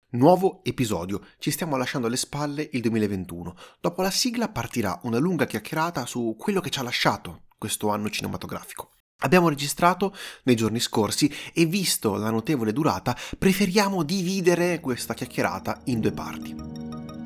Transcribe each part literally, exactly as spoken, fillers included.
Nuovo episodio, ci stiamo lasciando alle spalle il duemilaventuno. Dopo la sigla partirà una lunga chiacchierata su quello che ci ha lasciato questo anno cinematografico. Abbiamo registrato nei giorni scorsi e visto la notevole durata, preferiamo dividere questa chiacchierata in due parti.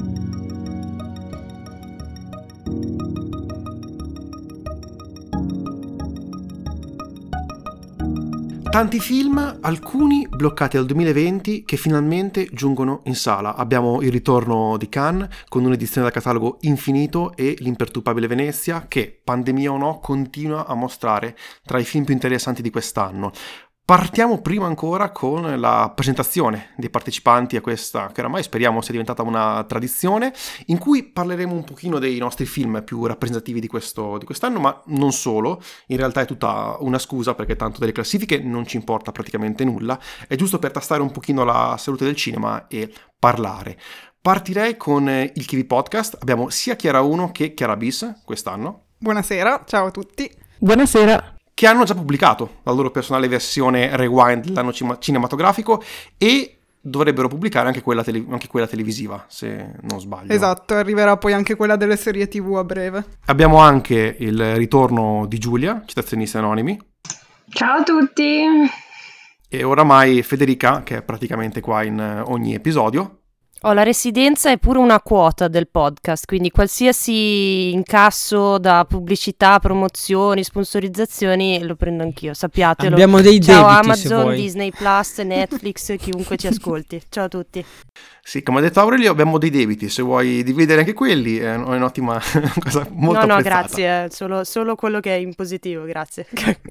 Tanti film, alcuni bloccati al duemilaventi, che finalmente giungono in sala. Abbiamo il ritorno di Cannes con un'edizione da catalogo infinito e l'imperturbabile Venezia che, pandemia o no, continua a mostrare tra i film più interessanti di quest'anno. Partiamo prima ancora con la presentazione dei partecipanti a questa, che oramai speriamo sia diventata una tradizione, in cui parleremo un pochino dei nostri film più rappresentativi di, questo, di quest'anno, ma non solo. In realtà è tutta una scusa, perché tanto delle classifiche non ci importa praticamente nulla, è giusto per tastare un pochino la salute del cinema e parlare. Partirei con il Kiwi Podcast. Abbiamo sia Chiara uno che Chiara Bis quest'anno. Buonasera, ciao a tutti. Buonasera. Che hanno già pubblicato la loro personale versione rewind dell'anno cima- cinematografico e dovrebbero pubblicare anche quella, tele- anche quella televisiva, se non sbaglio. Esatto, arriverà poi anche quella delle serie tivù a breve. Abbiamo anche il ritorno di Giulia, Citazionisti Anonimi. Ciao a tutti! E oramai Federica, che è praticamente qua in ogni episodio. Ho la residenza e pure una quota del podcast, quindi qualsiasi incasso da pubblicità, promozioni, sponsorizzazioni lo prendo anch'io, sappiatelo. Abbiamo dei Ciao debiti, Amazon, se vuoi. Disney Plus, Netflix, chiunque ci ascolti. Ciao a tutti. Sì, come ha detto Aurelio, abbiamo dei debiti, se vuoi dividere anche quelli è un'ottima cosa molto no, apprezzata. No, grazie, solo, solo quello che è in positivo, grazie.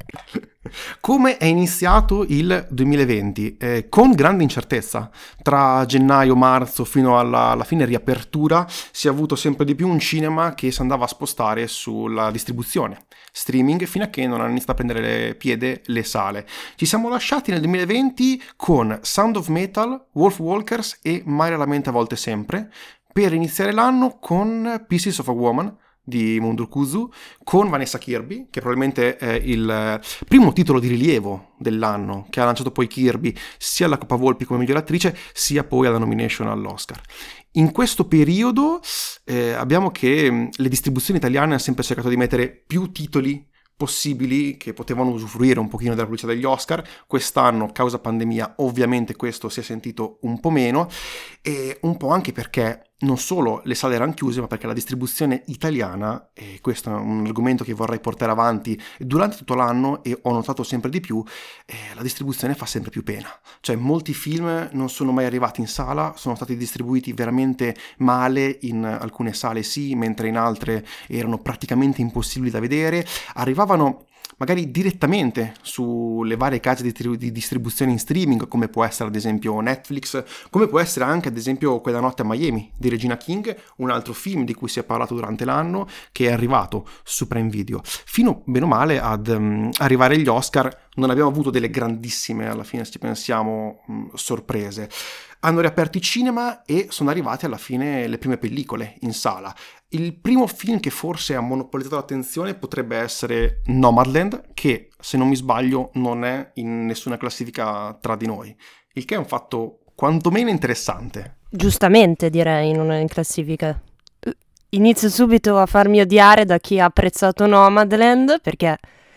Come è iniziato il duemilaventi? Eh, con grande incertezza. Tra gennaio, marzo fino alla, alla fine riapertura si è avuto sempre di più un cinema che si andava a spostare sulla distribuzione streaming fino a che non hanno iniziato a prendere le piede le sale. Ci siamo lasciati nel duemilaventi con Sound of Metal, Wolf Walkers e Mai raramente a volte sempre, per iniziare l'anno con Pieces of a Woman di Mundur Kuzu, con Vanessa Kirby, che probabilmente è il primo titolo di rilievo dell'anno, che ha lanciato poi Kirby sia alla Coppa Volpi come miglior attrice, sia poi alla nomination all'Oscar. In questo periodo eh, abbiamo che le distribuzioni italiane hanno sempre cercato di mettere più titoli possibili che potevano usufruire un pochino della pubblicità degli Oscar. Quest'anno, causa pandemia, ovviamente questo si è sentito un po' meno, e un po' anche perché non solo le sale erano chiuse, ma perché la distribuzione italiana, e questo è un argomento che vorrei portare avanti durante tutto l'anno e ho notato sempre di più, eh, la distribuzione fa sempre più pena. Cioè molti film non sono mai arrivati in sala, sono stati distribuiti veramente male, in alcune sale sì, mentre in altre erano praticamente impossibili da vedere, arrivavano magari direttamente sulle varie case di, tri- di distribuzione in streaming, come può essere ad esempio Netflix, come può essere anche ad esempio Quella notte a Miami di Regina King, un altro film di cui si è parlato durante l'anno, che è arrivato su Prime Video. Fino bene o male ad um, arrivare agli Oscar non abbiamo avuto delle grandissime, alla fine se ci pensiamo, um, sorprese. Hanno riaperto i cinema e sono arrivate alla fine le prime pellicole in sala. Il primo film che forse ha monopolizzato l'attenzione potrebbe essere Nomadland, che se non mi sbaglio non è in nessuna classifica tra di noi, il che è un fatto quantomeno interessante. Giustamente direi, non è in classifica. Inizio subito a farmi odiare da chi ha apprezzato Nomadland, perché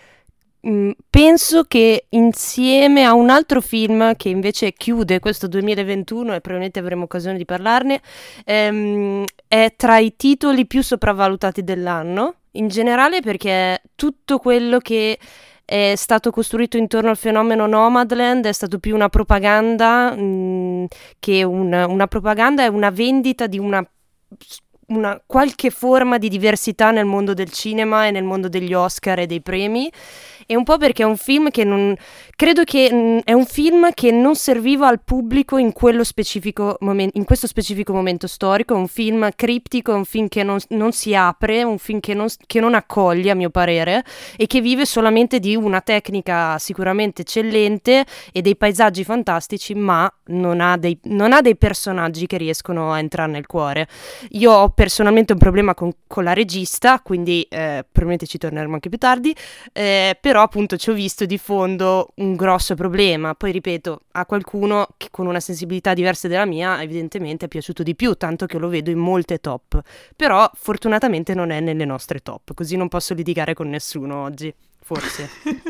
penso che insieme a un altro film che invece chiude questo duemilaventuno e probabilmente avremo occasione di parlarne, ehm, è tra i titoli più sopravvalutati dell'anno in generale, perché tutto quello che è stato costruito intorno al fenomeno Nomadland è stato più una propaganda mh, che una, una propaganda e una vendita di una una qualche forma di diversità nel mondo del cinema e nel mondo degli Oscar e dei premi, e un po' perché è un film che non credo che mh, è un film che non serviva al pubblico in quello specifico momento, in questo specifico momento storico. È un film criptico, è un film che non, non si apre, un film che non, che non accoglie, a mio parere, e che vive solamente di una tecnica sicuramente eccellente e dei paesaggi fantastici, ma non ha dei, non ha dei personaggi che riescono a entrare nel cuore. Io ho personalmente un problema con, con la regista, quindi eh, probabilmente ci torneremo anche più tardi, eh, però appunto ci ho visto di fondo un grosso problema. Poi ripeto, a qualcuno che con una sensibilità diversa dalla mia evidentemente è piaciuto di più, tanto che lo vedo in molte top, però fortunatamente non è nelle nostre top, così non posso litigare con nessuno oggi, forse.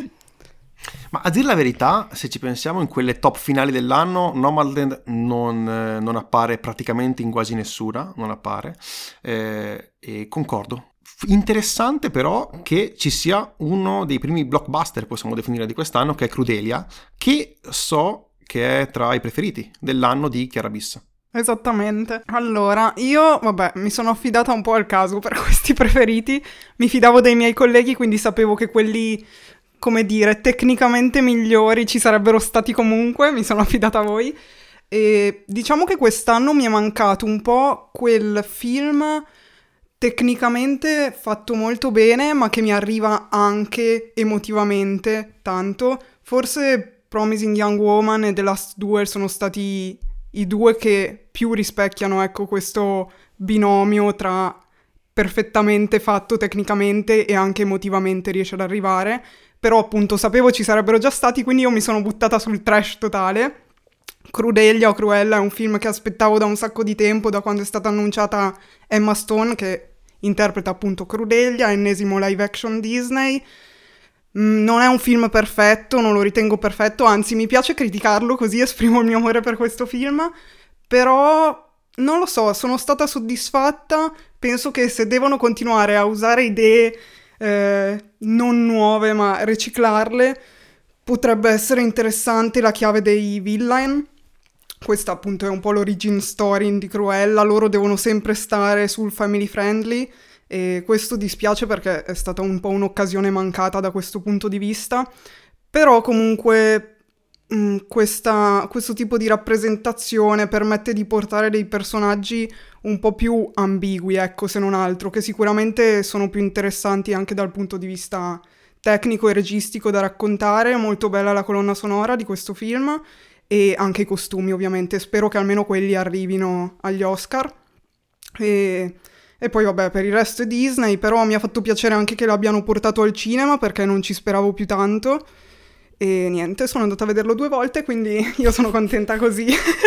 Ma a dire la verità, se ci pensiamo, in quelle top finali dell'anno Nomadland non, eh, non appare praticamente in quasi nessuna, non appare, eh, e concordo. F- Interessante però che ci sia uno dei primi blockbuster, possiamo definire, di quest'anno, che è Crudelia, che so che è tra i preferiti dell'anno di Chiara Bis. Esattamente. Allora, io, vabbè, mi sono affidata un po' al caso per questi preferiti. Mi fidavo dei miei colleghi, quindi sapevo che quelli, come dire, tecnicamente migliori ci sarebbero stati comunque, mi sono affidata a voi. E diciamo che quest'anno mi è mancato un po' quel film tecnicamente fatto molto bene, ma che mi arriva anche emotivamente tanto. Forse Promising Young Woman e The Last Duel sono stati i due che più rispecchiano, ecco, questo binomio tra perfettamente fatto tecnicamente e anche emotivamente riesce ad arrivare. Però appunto sapevo ci sarebbero già stati, quindi io mi sono buttata sul trash totale. Crudelia o Cruella è un film che aspettavo da un sacco di tempo, da quando è stata annunciata Emma Stone, che interpreta appunto Crudelia, ennesimo live action Disney. Mm, non è un film perfetto, non lo ritengo perfetto, anzi mi piace criticarlo, così esprimo il mio amore per questo film, però non lo so, sono stata soddisfatta. Penso che se devono continuare a usare idee eh, non nuove ma riciclarle, potrebbe essere interessante la chiave dei villain. Questa appunto è un po' l'origin story di Cruella, loro devono sempre stare sul family friendly e questo dispiace perché è stata un po' un'occasione mancata da questo punto di vista, però comunque mh, questa, questo tipo di rappresentazione permette di portare dei personaggi un po' più ambigui, ecco, se non altro, che sicuramente sono più interessanti anche dal punto di vista tecnico e registico da raccontare. Molto bella la colonna sonora di questo film e anche i costumi, ovviamente. Spero che almeno quelli arrivino agli Oscar. E, e poi vabbè, per il resto è Disney, però mi ha fatto piacere anche che l'abbiano portato al cinema perché non ci speravo più tanto. E niente, sono andata a vederlo due volte, quindi io sono contenta così.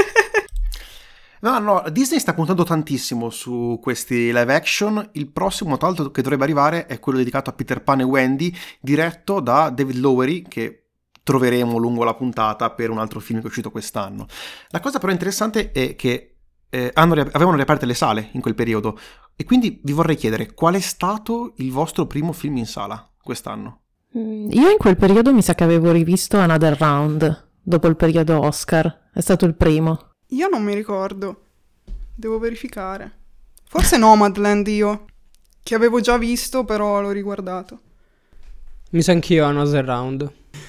No, no, Disney sta puntando tantissimo su questi live action. Il prossimo, tra l'altro, che dovrebbe arrivare è quello dedicato a Peter Pan e Wendy, diretto da David Lowery, che troveremo lungo la puntata per un altro film che è uscito quest'anno. La cosa però interessante è che eh, hanno, avevano riaperte le sale in quel periodo, e quindi vi vorrei chiedere qual è stato il vostro primo film in sala quest'anno? Io in quel periodo mi sa che avevo rivisto Another Round, dopo il periodo Oscar, è stato il primo. Io non mi ricordo, devo verificare. Forse Nomadland io, che avevo già visto però l'ho riguardato. Mi sa anch'io Another Round.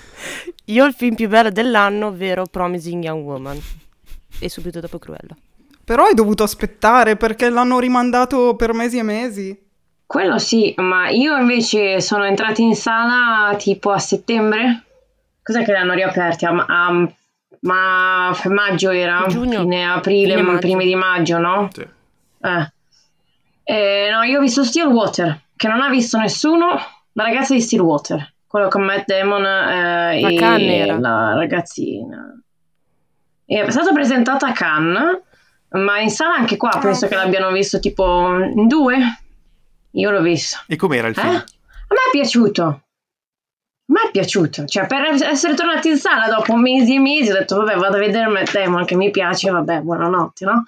Io il film più bello dell'anno, ovvero Promising Young Woman, e subito dopo Cruella. Però hai dovuto aspettare perché l'hanno rimandato per mesi e mesi. Quello sì, ma io invece sono entrata in sala tipo a settembre. Cos'è che l'hanno riaperti? A, a ma maggio era? Giugno. Fine aprile, Fine maggio. primi di maggio, no? Sì. Eh. Eh, no, io ho visto Stillwater, che non ha visto nessuno, la ragazza di Stillwater, quello con Matt Damon eh, A e Cannes era. la ragazzina. È stata presentata a Cannes, ma in sala anche qua penso ok. che l'abbiano visto tipo in due. Io l'ho visto. E com'era il Eh? film? A me è piaciuto. A me è piaciuto. Cioè, per essere tornati in sala dopo mesi e mesi, ho detto, vabbè, vado a vedere Matt Damon, che mi piace, vabbè, buonanotte, no?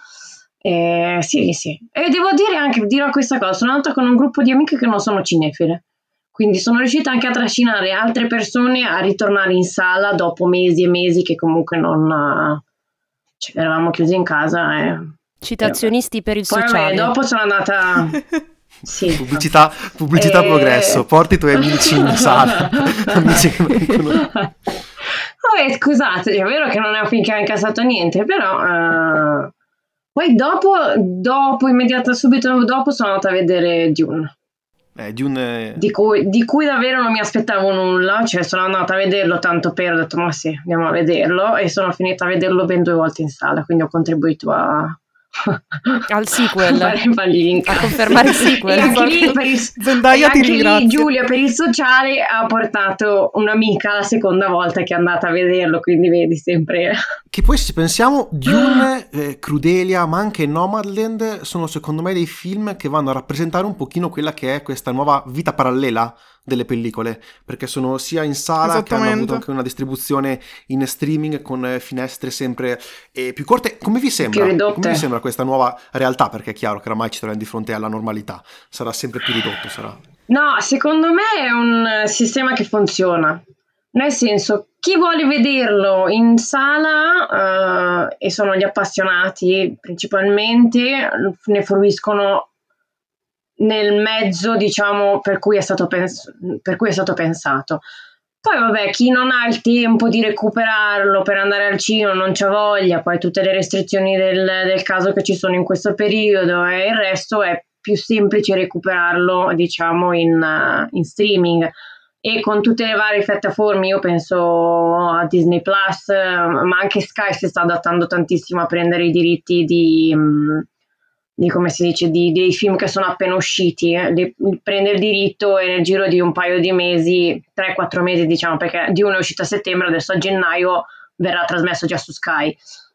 Eh, sì, sì. E devo dire anche, dirò questa cosa, sono andata con un gruppo di amiche che non sono cinefile. Quindi sono riuscita anche a trascinare altre persone a ritornare in sala dopo mesi e mesi che comunque non... Cioè, eravamo chiusi in casa e... Citazionisti per il Poi vabbè, sociale. dopo sono andata... Sì. Pubblicità, pubblicità Eh. progresso, porti i tuoi amici in sala, amici che non conosci. Vabbè, scusate, è vero che non è un film che ha incassato niente, però eh, poi dopo, dopo, immediatamente, subito dopo sono andata a vedere Dune, Eh, di un... di cui, di cui davvero non mi aspettavo nulla, cioè sono andata a vederlo tanto per, ho detto ma sì, andiamo a vederlo, e sono finita a vederlo ben due volte in sala, quindi ho contribuito a, Al sequel. a fare il link. A confermare il sequel. E anche lì, per il, Zendaya e ti anche lì ringrazio. Giulia per il sociale ha portato un'amica la seconda volta che è andata a vederlo, quindi vedi sempre. Che poi se pensiamo, Dune, eh, Crudelia, ma anche Nomadland sono secondo me dei film che vanno a rappresentare un pochino quella che è questa nuova vita parallela delle pellicole, perché sono sia in sala che hanno avuto Esattamente. anche una distribuzione in streaming con eh, finestre sempre eh, più corte. Come vi sembra? Più ridotte. Come vi sembra questa nuova realtà? Perché è chiaro che oramai ci troviamo di fronte alla normalità, sarà sempre più ridotto, sarà. No, secondo me è un sistema che funziona. Nel senso, chi vuole vederlo in sala, eh, e sono gli appassionati principalmente, ne fruiscono nel mezzo, diciamo, per cui è stato, pens- per cui è stato pensato. Poi vabbè, chi non ha il tempo di recuperarlo per andare al cinema, non c'ha voglia, poi tutte le restrizioni del, del caso che ci sono in questo periodo e il resto, è più semplice recuperarlo, diciamo, in, uh, in streaming. E con tutte le varie piattaforme, io penso a Disney Plus, ma anche Sky si sta adattando tantissimo a prendere i diritti di, di come si dice, di, dei film che sono appena usciti, eh. Li, prende il diritto e nel giro di un paio di mesi, tre quattro mesi diciamo, perché di uno è uscito a settembre, adesso a gennaio verrà trasmesso già su Sky.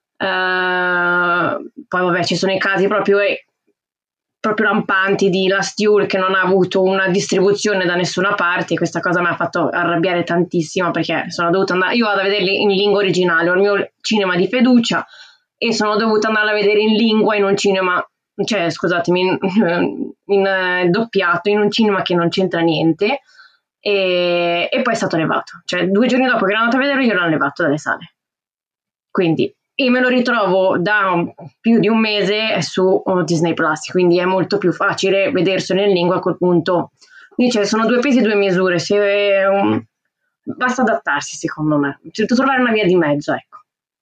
Uh, poi vabbè, ci sono i casi proprio... Eh, proprio lampanti di Last Duel che non ha avuto una distribuzione da nessuna parte, e questa cosa mi ha fatto arrabbiare tantissimo perché sono dovuta andare, io vado a vederli in lingua originale, ho il mio cinema di fiducia e sono dovuta andare a vedere in lingua in un cinema, cioè scusatemi, in, in uh, doppiato in un cinema che non c'entra niente, e, e poi è stato levato, cioè due giorni dopo che ero andata a vederlo io l'hanno levato dalle sale, quindi e me lo ritrovo da più di un mese su Disney Plus, quindi è molto più facile vederselo in lingua. A quel punto dice, sono due pesi e due misure, se, um, basta adattarsi secondo me, c'è da trovare una via di mezzo, ecco,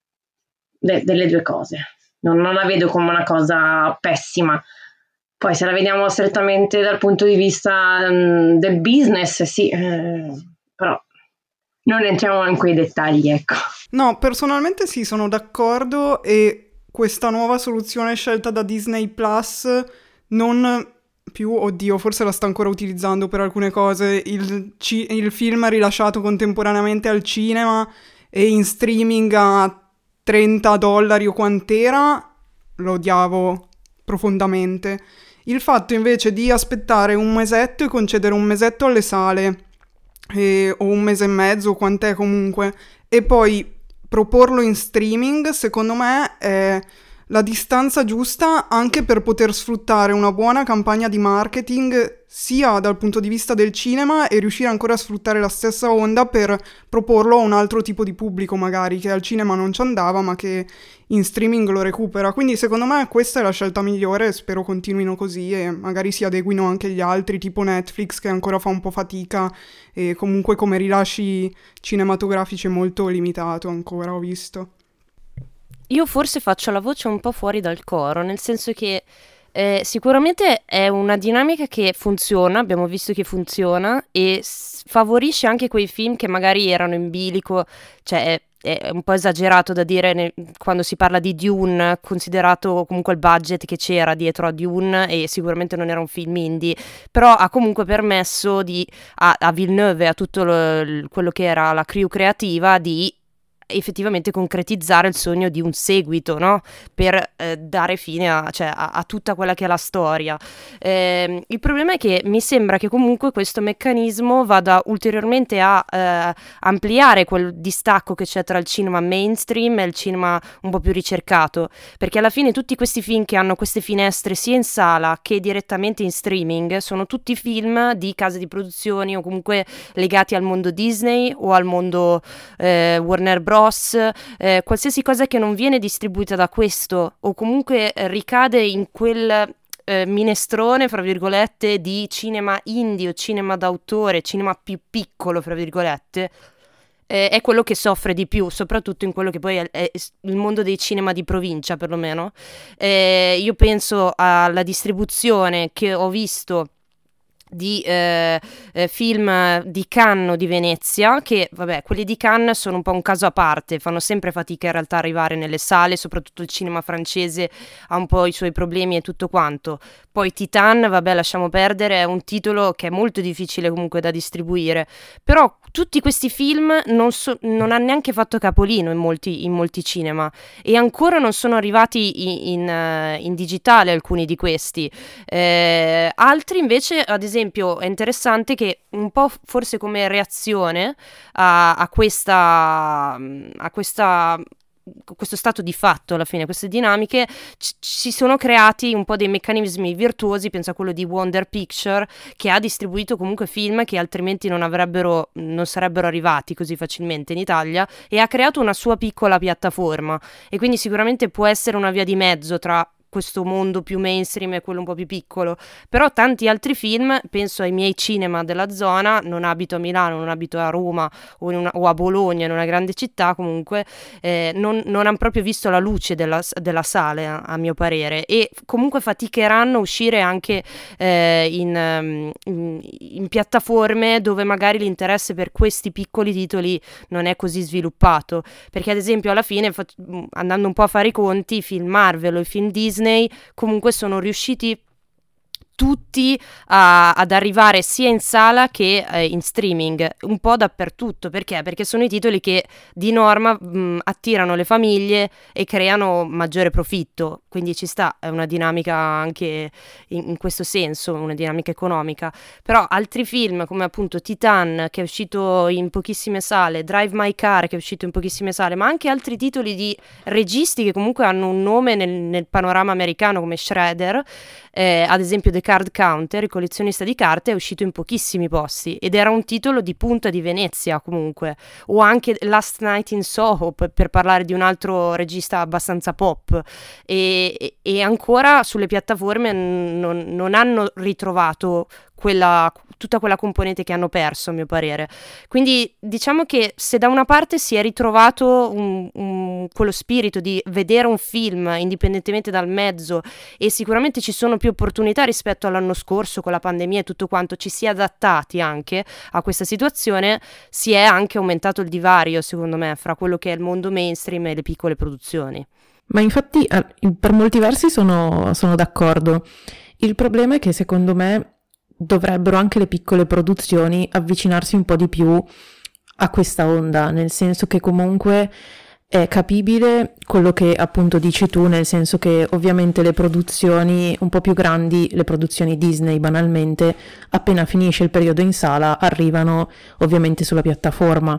De- delle due cose, non, non la vedo come una cosa pessima. Poi se la vediamo strettamente dal punto di vista um, del business, sì, eh, però non entriamo in quei dettagli, ecco. No, personalmente sì, sono d'accordo, e questa nuova soluzione scelta da Disney Plus non più, oddio, forse la sta ancora utilizzando per alcune cose, il, ci- il film rilasciato contemporaneamente al cinema e in streaming a trenta dollari o quant'era, lo odiavo profondamente. Il fatto invece di aspettare un mesetto e concedere un mesetto alle sale, e, o un mese e mezzo, quant'è comunque, e poi proporlo in streaming, secondo me è la distanza giusta anche per poter sfruttare una buona campagna di marketing sia dal punto di vista del cinema e riuscire ancora a sfruttare la stessa onda per proporlo a un altro tipo di pubblico magari che al cinema non ci andava ma che in streaming lo recupera. Quindi secondo me questa è la scelta migliore e spero continuino così e magari si adeguino anche gli altri, tipo Netflix che ancora fa un po' fatica e comunque come rilasci cinematografici è molto limitato ancora, ho visto. Io forse faccio la voce un po' fuori dal coro, nel senso che eh, sicuramente è una dinamica che funziona, abbiamo visto che funziona e s- favorisce anche quei film che magari erano in bilico, cioè è, è un po' esagerato da dire ne- quando si parla di Dune, considerato comunque il budget che c'era dietro a Dune e sicuramente non era un film indie, però ha comunque permesso di, a, a Villeneuve e a tutto lo- l- quello che era la crew creativa di effettivamente concretizzare il sogno di un seguito, no? Per eh, dare fine a, cioè, a, a tutta quella che è la storia. Eh, il problema è che mi sembra che comunque questo meccanismo vada ulteriormente a eh, ampliare quel distacco che c'è tra il cinema mainstream e il cinema un po' più ricercato, perché alla fine tutti questi film che hanno queste finestre sia in sala che direttamente in streaming sono tutti film di case di produzioni o comunque legati al mondo Disney o al mondo eh, Warner Bros. Eh, qualsiasi cosa che non viene distribuita da questo o comunque eh, ricade in quel eh, minestrone, fra virgolette, di cinema indie o cinema d'autore, cinema più piccolo, fra virgolette, eh, è quello che soffre di più, soprattutto in quello che poi è, è il mondo dei cinema di provincia, perlomeno. Eh, io penso alla distribuzione che ho visto di eh, eh, film di Cannes o di Venezia, che vabbè, quelli di Cannes sono un po' un caso a parte, fanno sempre fatica in realtà a arrivare nelle sale, soprattutto il cinema francese ha un po' i suoi problemi e tutto quanto. Poi Titan, vabbè, lasciamo perdere, è un titolo che è molto difficile comunque da distribuire, però tutti questi film non, so, non hanno neanche fatto capolino in molti, in molti cinema, e ancora non sono arrivati in, in, in digitale alcuni di questi. Eh, altri invece, ad esempio, è interessante che un po' forse come reazione a, a questa a questa questo stato di fatto, alla fine, queste dinamiche, ci, ci sono creati un po' dei meccanismi virtuosi. Penso a quello di Wonder Picture, che ha distribuito comunque film che altrimenti non avrebbero non sarebbero arrivati così facilmente in Italia, e ha creato una sua piccola piattaforma, e quindi sicuramente può essere una via di mezzo tra questo mondo più mainstream e quello un po' più piccolo. Però tanti altri film, penso ai miei cinema della zona, non abito a Milano, non abito a Roma o, in una, o a Bologna, in una grande città comunque, eh, non, non hanno proprio visto la luce della, della sale, a, a mio parere, e comunque faticheranno a uscire anche eh, in, in, in piattaforme dove magari l'interesse per questi piccoli titoli non è così sviluppato, perché ad esempio alla fine, andando un po' a fare i conti, i film Marvel o i film Disney comunque sono riusciti tutti a, ad arrivare sia in sala che eh, in streaming, un po' dappertutto. Perché? Perché sono i titoli che di norma mh, attirano le famiglie e creano maggiore profitto, quindi ci sta, è una dinamica anche in, in questo senso, una dinamica economica. Però altri film come appunto Titan, che è uscito in pochissime sale, Drive My Car, che è uscito in pochissime sale, ma anche altri titoli di registi che comunque hanno un nome nel, nel panorama americano, come Shredder, eh, ad esempio The Card Counter, il collezionista di carte, è uscito in pochissimi posti ed era un titolo di punta di Venezia comunque. O anche Last Night in Soho, per, per parlare di un altro regista abbastanza pop, e, e, e ancora sulle piattaforme non, non hanno ritrovato quella, tutta quella componente che hanno perso, a mio parere. Quindi diciamo che se da una parte si è ritrovato un, un, quello spirito di vedere un film indipendentemente dal mezzo, e sicuramente ci sono più opportunità rispetto all'anno scorso con la pandemia e tutto quanto, ci si è adattati anche a questa situazione, si è anche aumentato il divario, secondo me, fra quello che è il mondo mainstream e le piccole produzioni. Ma infatti per molti versi sono, sono d'accordo. Il problema è che secondo me dovrebbero anche le piccole produzioni avvicinarsi un po' di più a questa onda, nel senso che comunque è capibile quello che appunto dici tu, nel senso che ovviamente le produzioni un po' più grandi, le produzioni Disney banalmente, appena finisce il periodo in sala arrivano ovviamente sulla piattaforma.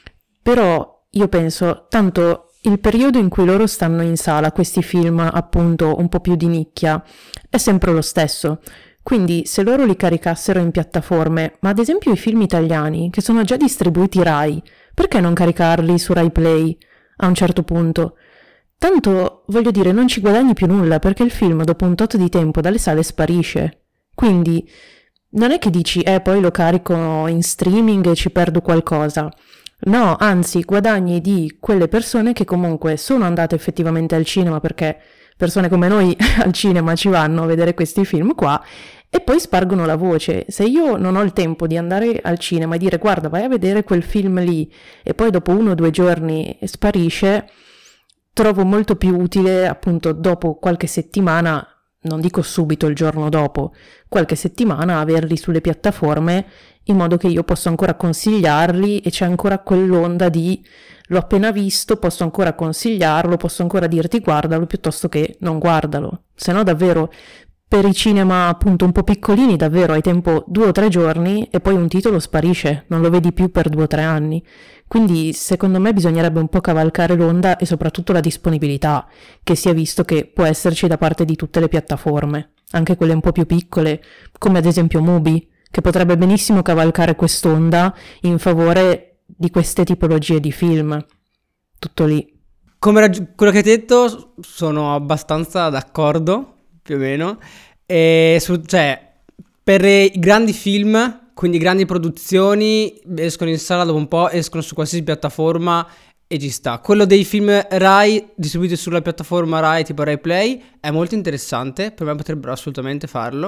Però io penso, tanto il periodo in cui loro stanno in sala, questi film appunto un po' più di nicchia, è sempre lo stesso. Quindi se loro li caricassero in piattaforme, ma ad esempio i film italiani, che sono già distribuiti Rai, perché non caricarli su Rai Play a un certo punto? Tanto, voglio dire, non ci guadagni più nulla, perché il film dopo un tot di tempo dalle sale sparisce. Quindi non è che dici, eh, poi lo carico in streaming e ci perdo qualcosa. No, anzi, guadagni di quelle persone che comunque sono andate effettivamente al cinema, perché persone come noi al cinema ci vanno a vedere questi film qua, e poi spargono la voce. Se io non ho il tempo di andare al cinema e dire guarda, vai a vedere quel film lì, e poi dopo uno o due giorni sparisce, trovo molto più utile appunto dopo qualche settimana, non dico subito il giorno dopo, qualche settimana averli sulle piattaforme, in modo che io posso ancora consigliarli e c'è ancora quell'onda di l'ho appena visto, posso ancora consigliarlo, posso ancora dirti guardalo piuttosto che non guardalo. Se no davvero per i cinema appunto un po' piccolini davvero hai tempo due o tre giorni e poi un titolo sparisce, non lo vedi più per due o tre anni. Quindi secondo me bisognerebbe un po' cavalcare l'onda e soprattutto la disponibilità, che si è visto che può esserci da parte di tutte le piattaforme, anche quelle un po' più piccole, come ad esempio Mubi, che potrebbe benissimo cavalcare quest'onda in favore di queste tipologie di film. Tutto lì. Come raggi- quello che hai detto sono abbastanza d'accordo, più o meno. E su, cioè, per i grandi film, quindi grandi produzioni, escono in sala dopo un po', escono su qualsiasi piattaforma e ci sta. Quello dei film Rai distribuiti sulla piattaforma Rai tipo Rai Play è molto interessante, per me potrebbero assolutamente farlo.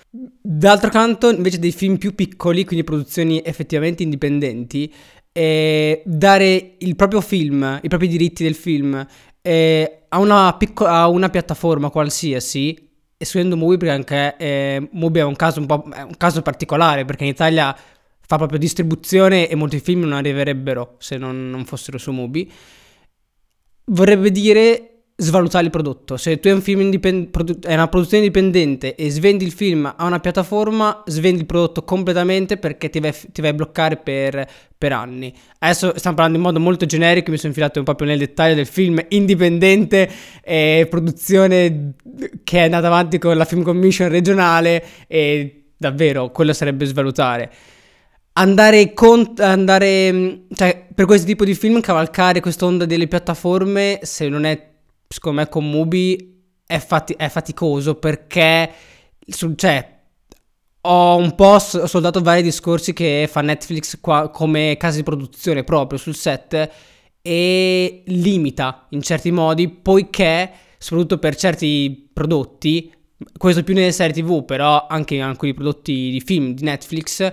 D'altro canto, invece dei film più piccoli, quindi produzioni effettivamente indipendenti, eh, dare il proprio film, i propri diritti del film eh, a, una picco- a una piattaforma qualsiasi, escludendo Mubi, perché anche eh, Mubi è un caso un po' è un caso particolare, perché in Italia fa proprio distribuzione e molti film non arriverebbero se non, non fossero su Mubi, vorrebbe dire svalutare il prodotto. Se tu hai un film indipend- produ- è una produzione indipendente e svendi il film a una piattaforma, svendi il prodotto completamente, perché ti vai, ti vai a bloccare per, per anni. Adesso stiamo parlando in modo molto generico, mi sono infilato proprio nel dettaglio del film indipendente e produzione che è andata avanti con la Film Commission regionale, e davvero quello sarebbe svalutare. Andare con andare cioè per questo tipo di film cavalcare quest'onda delle piattaforme, se non è secondo me con Mubi, è, fati- è faticoso, perché sul, cioè ho un po' soldato vari discorsi che fa Netflix qua, come casa di produzione proprio sul set, e limita in certi modi, poiché soprattutto per certi prodotti, questo più nelle serie tv, però anche in alcuni prodotti di film di Netflix,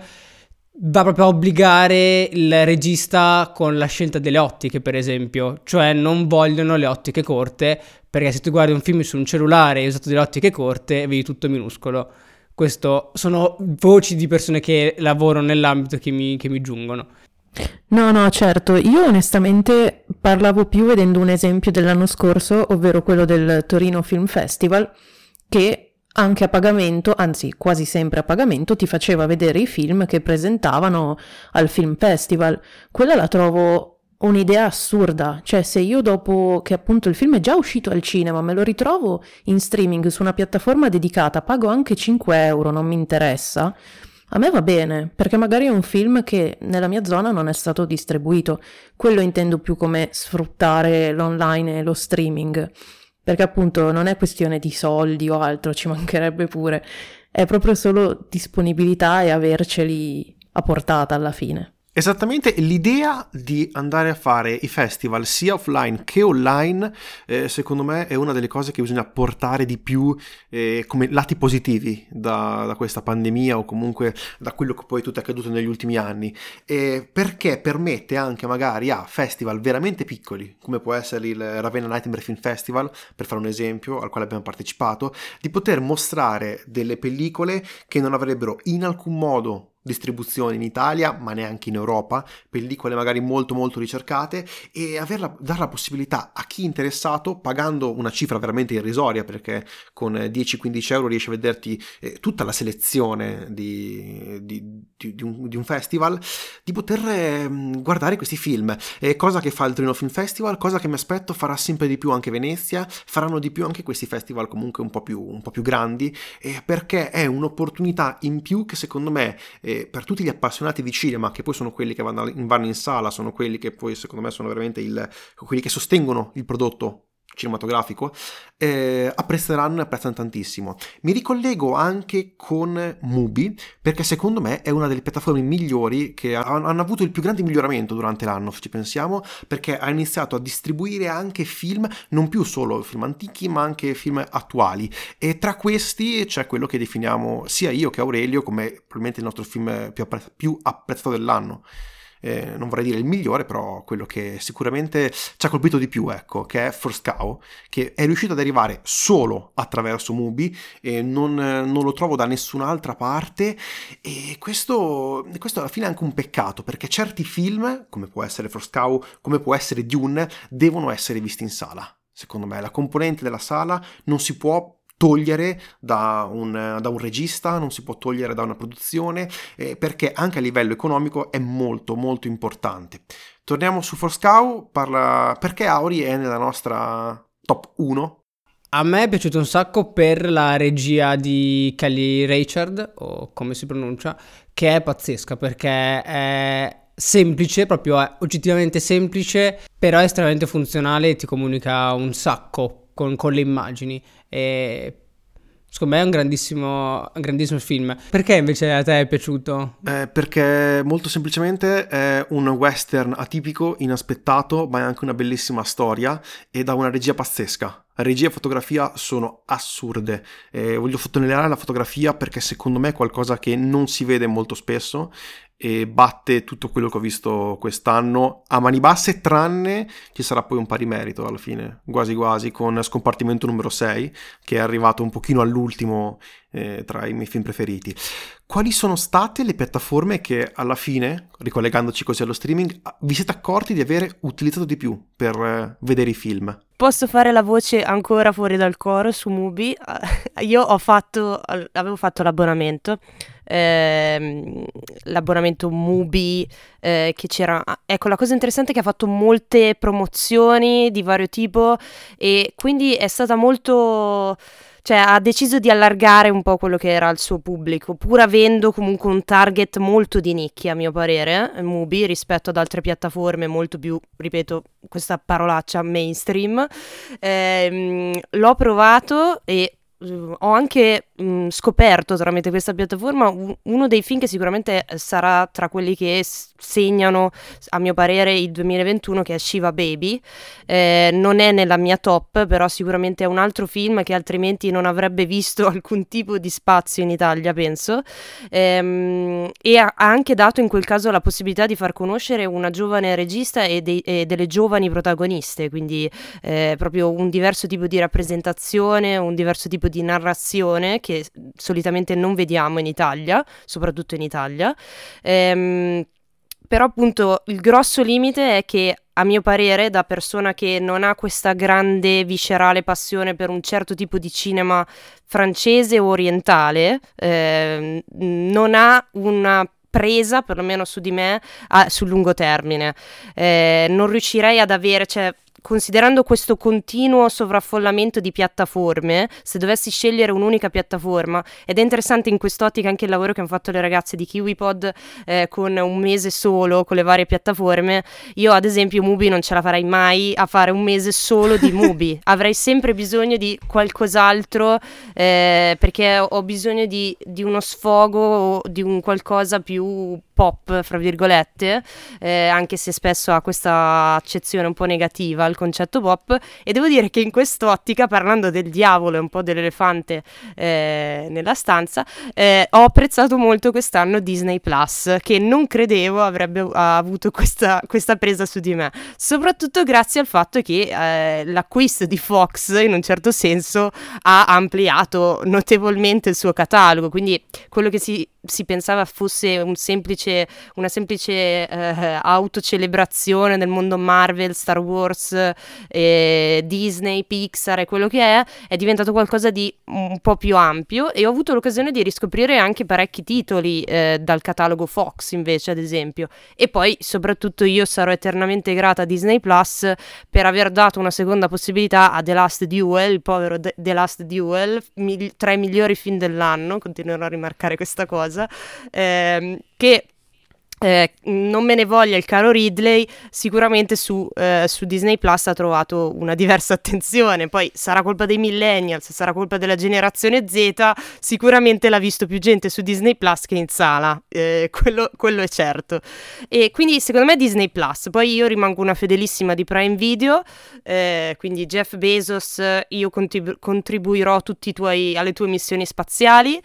va proprio a obbligare il regista con la scelta delle ottiche, per esempio. Cioè non vogliono le ottiche corte, perché se tu guardi un film su un cellulare e hai usato delle ottiche corte, vedi tutto minuscolo. Questo sono voci di persone che lavorano nell'ambito che mi, che mi giungono. No, no, certo, io onestamente parlavo più vedendo un esempio dell'anno scorso, ovvero quello del Torino Film Festival, che anche a pagamento, anzi quasi sempre a pagamento, ti faceva vedere i film che presentavano al Film Festival. Quella la trovo un'idea assurda, cioè se io dopo che appunto il film è già uscito al cinema me lo ritrovo in streaming su una piattaforma dedicata, pago anche cinque euro, non mi interessa, a me va bene, perché magari è un film che nella mia zona non è stato distribuito. Quello intendo più come sfruttare l'online e lo streaming. Perché appunto non è questione di soldi o altro, ci mancherebbe pure, è proprio solo disponibilità e averceli a portata alla fine. Esattamente, l'idea di andare a fare i festival sia offline che online, eh, secondo me è una delle cose che bisogna portare di più eh, come lati positivi da, da questa pandemia, o comunque da quello che poi tutto è accaduto negli ultimi anni, eh, perché permette anche magari a festival veramente piccoli, come può essere il Ravenna Nightmare Film Festival, per fare un esempio, al quale abbiamo partecipato, di poter mostrare delle pellicole che non avrebbero in alcun modo distribuzione in Italia, ma neanche in Europa, pellicole magari molto molto ricercate, e averla, dare la possibilità a chi è interessato, pagando una cifra veramente irrisoria, perché con dieci quindici euro riesci a vederti eh, tutta la selezione di, di, di, di, un, di un festival, di poter eh, guardare questi film, eh, cosa che fa il Torino Film Festival, cosa che mi aspetto farà sempre di più anche Venezia, faranno di più anche questi festival comunque un po' più, un po' più grandi, eh, perché è un'opportunità in più che secondo me eh, per tutti gli appassionati di cinema, che poi sono quelli che vanno in, vanno in sala, sono quelli che poi secondo me sono veramente il, quelli che sostengono il prodotto cinematografico, eh, apprezzeranno e apprezzano tantissimo. Mi ricollego anche con Mubi, perché secondo me è una delle piattaforme migliori che hanno, hanno avuto il più grande miglioramento durante l'anno, se ci pensiamo, perché ha iniziato a distribuire anche film, non più solo film antichi ma anche film attuali, e tra questi c'è quello che definiamo sia io che Aurelio come probabilmente il nostro film più, appre- più apprezzato dell'anno. Eh, non vorrei dire il migliore, però quello che sicuramente ci ha colpito di più, ecco, che è First Cow, che è riuscito ad arrivare solo attraverso Mubi, e non, non lo trovo da nessun'altra parte, e questo, questo alla fine è anche un peccato, perché certi film, come può essere First Cow, come può essere Dune, devono essere visti in sala. Secondo me la componente della sala non si può togliere da un, da un regista, non si può togliere da una produzione, eh, perché anche a livello economico è molto molto importante. Torniamo su First Cow, parla perché Auri è nella nostra top uno. A me è piaciuto un sacco per la regia di Kelly Reichardt, o come si pronuncia, che è pazzesca, perché è semplice, proprio è oggettivamente semplice, però è estremamente funzionale e ti comunica un sacco con, con le immagini. E secondo me è un grandissimo, un grandissimo film. Perché invece a te è piaciuto? Eh, perché molto semplicemente è un western atipico, inaspettato, ma è anche una bellissima storia e da una regia pazzesca. regia e fotografia sono assurde. Eh, voglio sottolineare la fotografia perché secondo me è qualcosa che non si vede molto spesso e batte tutto quello che ho visto quest'anno a mani basse, tranne ci sarà poi un pari merito alla fine, quasi quasi, con Scompartimento numero sei, che è arrivato un pochino all'ultimo eh, tra i miei film preferiti. Quali sono state le piattaforme che alla fine, ricollegandoci così allo streaming, vi siete accorti di avere utilizzato di più per eh, vedere i film? Posso fare la voce ancora fuori dal coro su Mubi? Io ho fatto, avevo fatto l'abbonamento, ehm, l'abbonamento Mubi, eh, che c'era, ecco, la cosa interessante è che ha fatto molte promozioni di vario tipo e quindi è stata molto... Cioè ha deciso di allargare un po' quello che era il suo pubblico, pur avendo comunque un target molto di nicchia, a mio parere, eh, Mubi, rispetto ad altre piattaforme molto più, ripeto, questa parolaccia, mainstream. Ehm, l'ho provato e uh, ho anche mh, scoperto tramite questa piattaforma un- uno dei film che sicuramente sarà tra quelli che s- segnano, a mio parere, il duemilaventuno, che è Shiva Baby. Eh, non è nella mia top, però sicuramente è un altro film che altrimenti non avrebbe visto alcun tipo di spazio in Italia, penso. Ehm, e ha ha anche dato in quel caso la possibilità di far conoscere una giovane regista e, dei- e delle giovani protagoniste, quindi eh, proprio un diverso tipo di rappresentazione, un diverso tipo di narrazione che solitamente non vediamo in Italia, soprattutto in Italia. Ehm, Però appunto il grosso limite è che, a mio parere, da persona che non ha questa grande viscerale passione per un certo tipo di cinema francese o orientale, ehm, non ha una presa, perlomeno su di me, a- sul lungo termine. Eh, non riuscirei ad avere, cioè, considerando questo continuo sovraffollamento di piattaforme, se dovessi scegliere un'unica piattaforma, ed è interessante in quest'ottica anche il lavoro che hanno fatto le ragazze di KiwiPod, eh, con un mese solo con le varie piattaforme, io ad esempio Mubi non ce la farei mai a fare un mese solo di Mubi, avrei sempre bisogno di qualcos'altro, eh, perché ho bisogno di, di uno sfogo o di un qualcosa più pop, fra virgolette, eh, anche se spesso ha questa accezione un po' negativa al concetto pop, e devo dire che in quest'ottica, parlando del diavolo e un po' dell'elefante eh, nella stanza, eh, ho apprezzato molto quest'anno Disney Plus, che non credevo avrebbe avuto questa, questa presa su di me, soprattutto grazie al fatto che eh, l'acquisto di Fox in un certo senso ha ampliato notevolmente il suo catalogo, quindi quello che si, si pensava fosse un semplice, una semplice eh, autocelebrazione del mondo Marvel, Star Wars, eh, Disney, Pixar e quello che è, è diventato qualcosa di un po' più ampio, e ho avuto l'occasione di riscoprire anche parecchi titoli eh, dal catalogo Fox, invece, ad esempio. E poi soprattutto io sarò eternamente grata a Disney Plus per aver dato una seconda possibilità a The Last Duel, il povero The, The Last Duel, mil- tra i migliori film dell'anno, continuerò a rimarcare questa cosa, ehm, che eh, non me ne voglia il caro Ridley, sicuramente su, eh, su Disney Plus ha trovato una diversa attenzione. Poi sarà colpa dei millennials, sarà colpa della generazione Z, sicuramente l'ha visto più gente su Disney Plus che in sala, eh, quello, quello è certo. E quindi secondo me Disney Plus. Poi io rimango una fedelissima di Prime Video, eh, quindi Jeff Bezos, io contribu- contribuirò tutti i tuoi, alle tue missioni spaziali,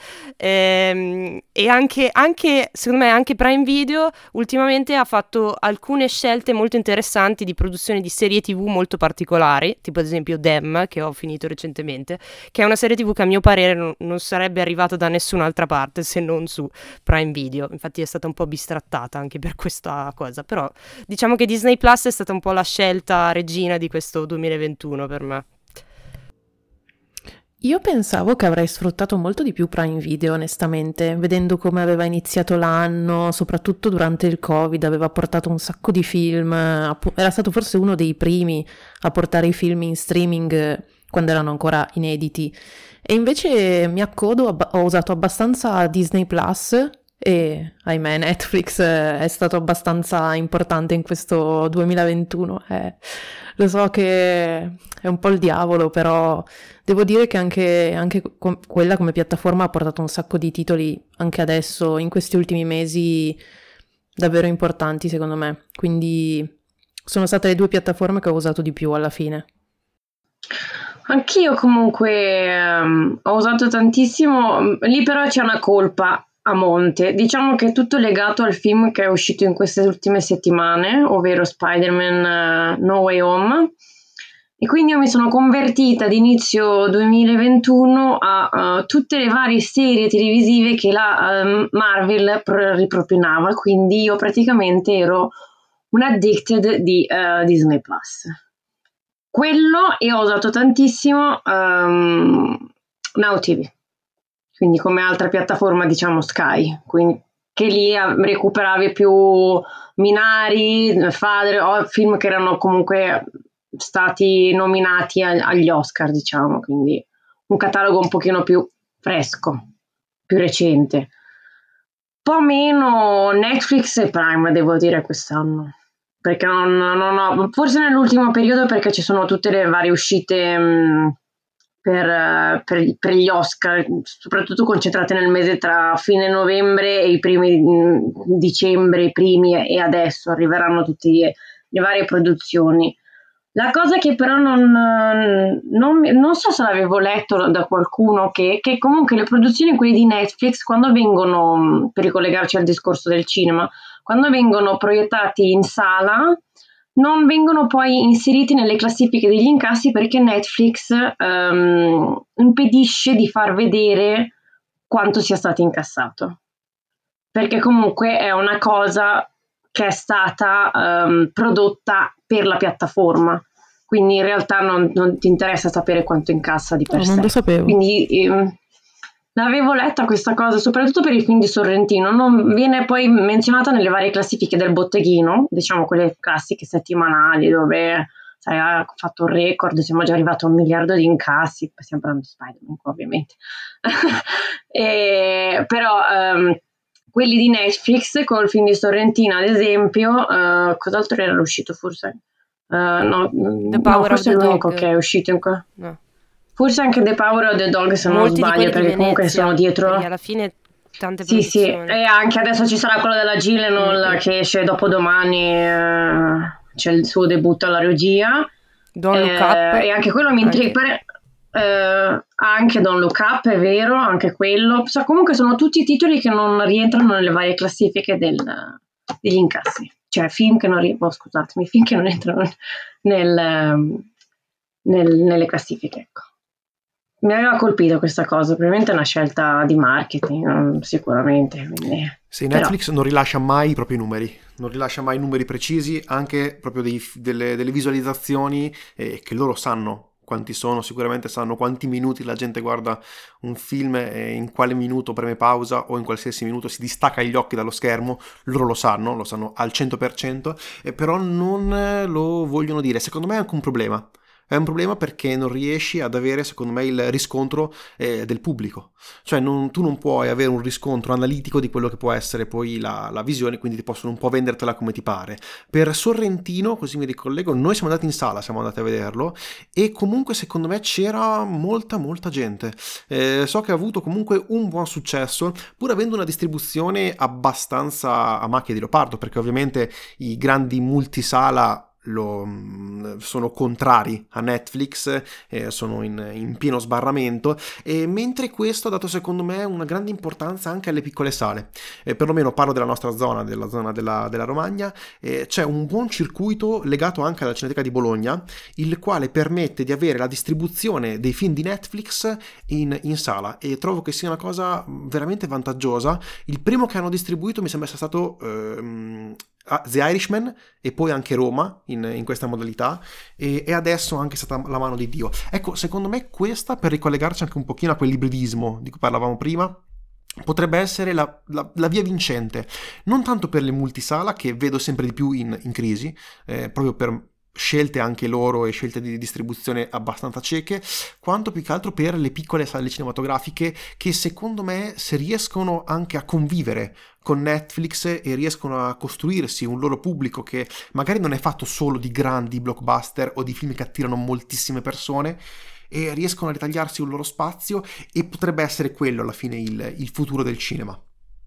ehm, e anche, anche secondo me anche Prime Video ultimamente ha fatto alcune scelte molto interessanti di produzione di serie tv molto particolari, tipo ad esempio Dem, che ho finito recentemente, che è una serie tv che a mio parere non, non sarebbe arrivata da nessun'altra parte se non su Prime Video. Infatti è stata un po' bistrattata anche per questa cosa, però diciamo che Disney Plus è stata un po' la scelta regina di questo duemilaventuno per me. Io pensavo che avrei sfruttato molto di più Prime Video, onestamente, vedendo come aveva iniziato l'anno, soprattutto durante il Covid, aveva portato un sacco di film, appu- era stato forse uno dei primi a portare i film in streaming eh, quando erano ancora inediti. E invece mi accodo, abba- ho usato abbastanza Disney Plus e, ahimè, Netflix eh, è stato abbastanza importante in questo duemilaventuno. eh. Lo so che è un po' il diavolo, però devo dire che anche, anche com- quella come piattaforma ha portato un sacco di titoli anche adesso, in questi ultimi mesi, davvero importanti secondo me. Quindi sono state le due piattaforme che ho usato di più alla fine. Anch'io comunque ehm, ho usato tantissimo, lì però c'è una colpa a monte. Diciamo che è tutto legato al film che è uscito in queste ultime settimane, ovvero Spider-Man uh, No Way Home. E quindi io mi sono convertita ad inizio duemilaventuno a uh, tutte le varie serie televisive che la um, Marvel pr- ripropinava, quindi io praticamente ero un addicted di uh, Disney Plus. Quello, e ho usato tantissimo um, Now T V, quindi come altra piattaforma diciamo Sky, quindi, che lì recuperavi più Minari, Father, o film che erano comunque stati nominati a, agli Oscar, diciamo, quindi un catalogo un pochino più fresco, più recente. Un po' meno Netflix e Prime, devo dire, quest'anno, perché non, non ho, forse nell'ultimo periodo, perché ci sono tutte le varie uscite mh, per, per, per gli Oscar, soprattutto concentrate nel mese tra fine novembre e i primi mh, dicembre, i primi, e adesso arriveranno tutte le, le varie produzioni. La cosa che però non, non, non so se l'avevo letto da qualcuno, che, che comunque le produzioni, quelle di Netflix, quando vengono, per ricollegarci al discorso del cinema, quando vengono proiettati in sala, non vengono poi inseriti nelle classifiche degli incassi, perché Netflix um, impedisce di far vedere quanto sia stato incassato. Perché comunque è una cosa che è stata um, prodotta per la piattaforma, quindi in realtà non, non ti interessa sapere quanto incassa di per no, sé. Non lo sapevo. Quindi ehm, l'avevo letta questa cosa, soprattutto per il film di Sorrentino, non viene poi menzionata nelle varie classifiche del botteghino, diciamo quelle classiche settimanali, dove sai, ha fatto un record, siamo già arrivati a un miliardo di incassi, stiamo parlando di Spider-Man ovviamente. e, però um, quelli di Netflix, col film di Sorrentino ad esempio, uh, cos'altro era uscito forse? Uh, no, The Power no, forse of è the l'unico Dog. che è uscito in qua. No. Forse anche The Power of the Dog, se non Molti di sbaglio, quelli perché di comunque Venezia, sono dietro. perché alla fine tante Sì, sì, produzioni. e anche adesso ci sarà quello della Gyllenhaal Mm-mm. che esce dopodomani, eh, c'è il suo debutto alla regia. Don't Look Eh, Up. e anche quello mi intriga. Anche. Eh, anche Don't Look Up, è vero, anche quello. So, comunque sono tutti titoli che non rientrano nelle varie classifiche del, degli incassi. Cioè film che non rientrano, oh, scusatemi, film che non entrano nel, nel, nelle classifiche, ecco. Mi aveva colpito questa cosa, probabilmente è una scelta di marketing, sicuramente. Quindi. Sì, Netflix Però. non rilascia mai i propri numeri, non rilascia mai numeri precisi, anche proprio dei, delle, delle visualizzazioni eh, che loro sanno quanti sono, sicuramente sanno quanti minuti la gente guarda un film e in quale minuto preme pausa o in qualsiasi minuto si distacca gli occhi dallo schermo, loro lo sanno, lo sanno al cento per cento, eh, però non lo vogliono dire. Secondo me è anche un problema. È un problema perché non riesci ad avere, secondo me, il riscontro eh, del pubblico. Cioè non, tu non puoi avere un riscontro analitico di quello che può essere poi la, la visione, quindi ti possono un po' vendertela come ti pare. Per Sorrentino, così mi ricollego, noi siamo andati in sala, siamo andati a vederlo e comunque secondo me c'era molta molta gente. Eh, so che ha avuto comunque un buon successo, pur avendo una distribuzione abbastanza a macchia di leopardo, perché ovviamente i grandi multisala Lo, sono contrari a Netflix, eh, sono in, in pieno sbarramento, e mentre questo ha dato secondo me una grande importanza anche alle piccole sale, eh, perlomeno parlo della nostra zona, della zona della, della Romagna. Eh, c'è un buon circuito legato anche alla Cineteca di Bologna, il quale permette di avere la distribuzione dei film di Netflix in, in sala, e trovo che sia una cosa veramente vantaggiosa. Il primo che hanno distribuito mi sembra sia stato ehm, The Irishman, e poi anche Roma in, in questa modalità, e, e adesso anche è stata La mano di Dio. Ecco, secondo me questa, per ricollegarci anche un pochino a quell'ibridismo di cui parlavamo prima, potrebbe essere la, la, la via vincente, non tanto per le multisala, che vedo sempre di più in, in crisi, eh, proprio per scelte anche loro e scelte di distribuzione abbastanza cieche, quanto più che altro per le piccole sale cinematografiche, che secondo me, se riescono anche a convivere con Netflix e riescono a costruirsi un loro pubblico che magari non è fatto solo di grandi blockbuster o di film che attirano moltissime persone, e riescono a ritagliarsi un loro spazio, e potrebbe essere quello alla fine il, il futuro del cinema.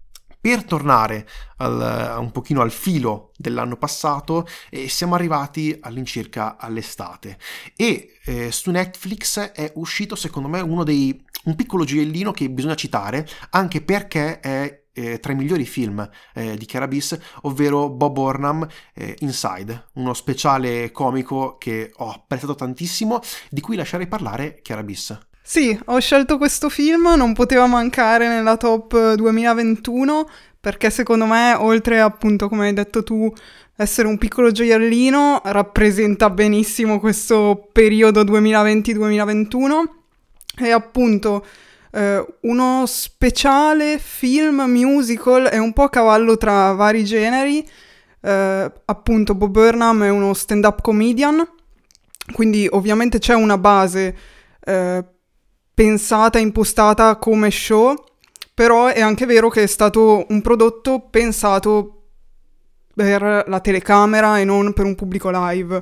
Per tornare al, un pochino al filo dell'anno passato, eh, siamo arrivati all'incirca all'estate e eh, su Netflix è uscito secondo me uno dei un piccolo gioiellino che bisogna citare, anche perché è eh, tra i migliori film eh, di Chiara Bis, ovvero Bob Burnham, eh, Inside, uno speciale comico che ho apprezzato tantissimo, di cui lascerei parlare Chiara Bis. Sì, ho scelto questo film, non poteva mancare nella top duemilaventuno, perché secondo me, oltre appunto, come hai detto tu, essere un piccolo gioiellino, rappresenta benissimo questo periodo duemilaventi duemilaventuno. È appunto eh, uno speciale film musical, è un po' a cavallo tra vari generi. Eh, appunto Bob Burnham è uno stand-up comedian, quindi ovviamente c'è una base eh, pensata, impostata come show, però è anche vero che è stato un prodotto pensato per la telecamera e non per un pubblico live.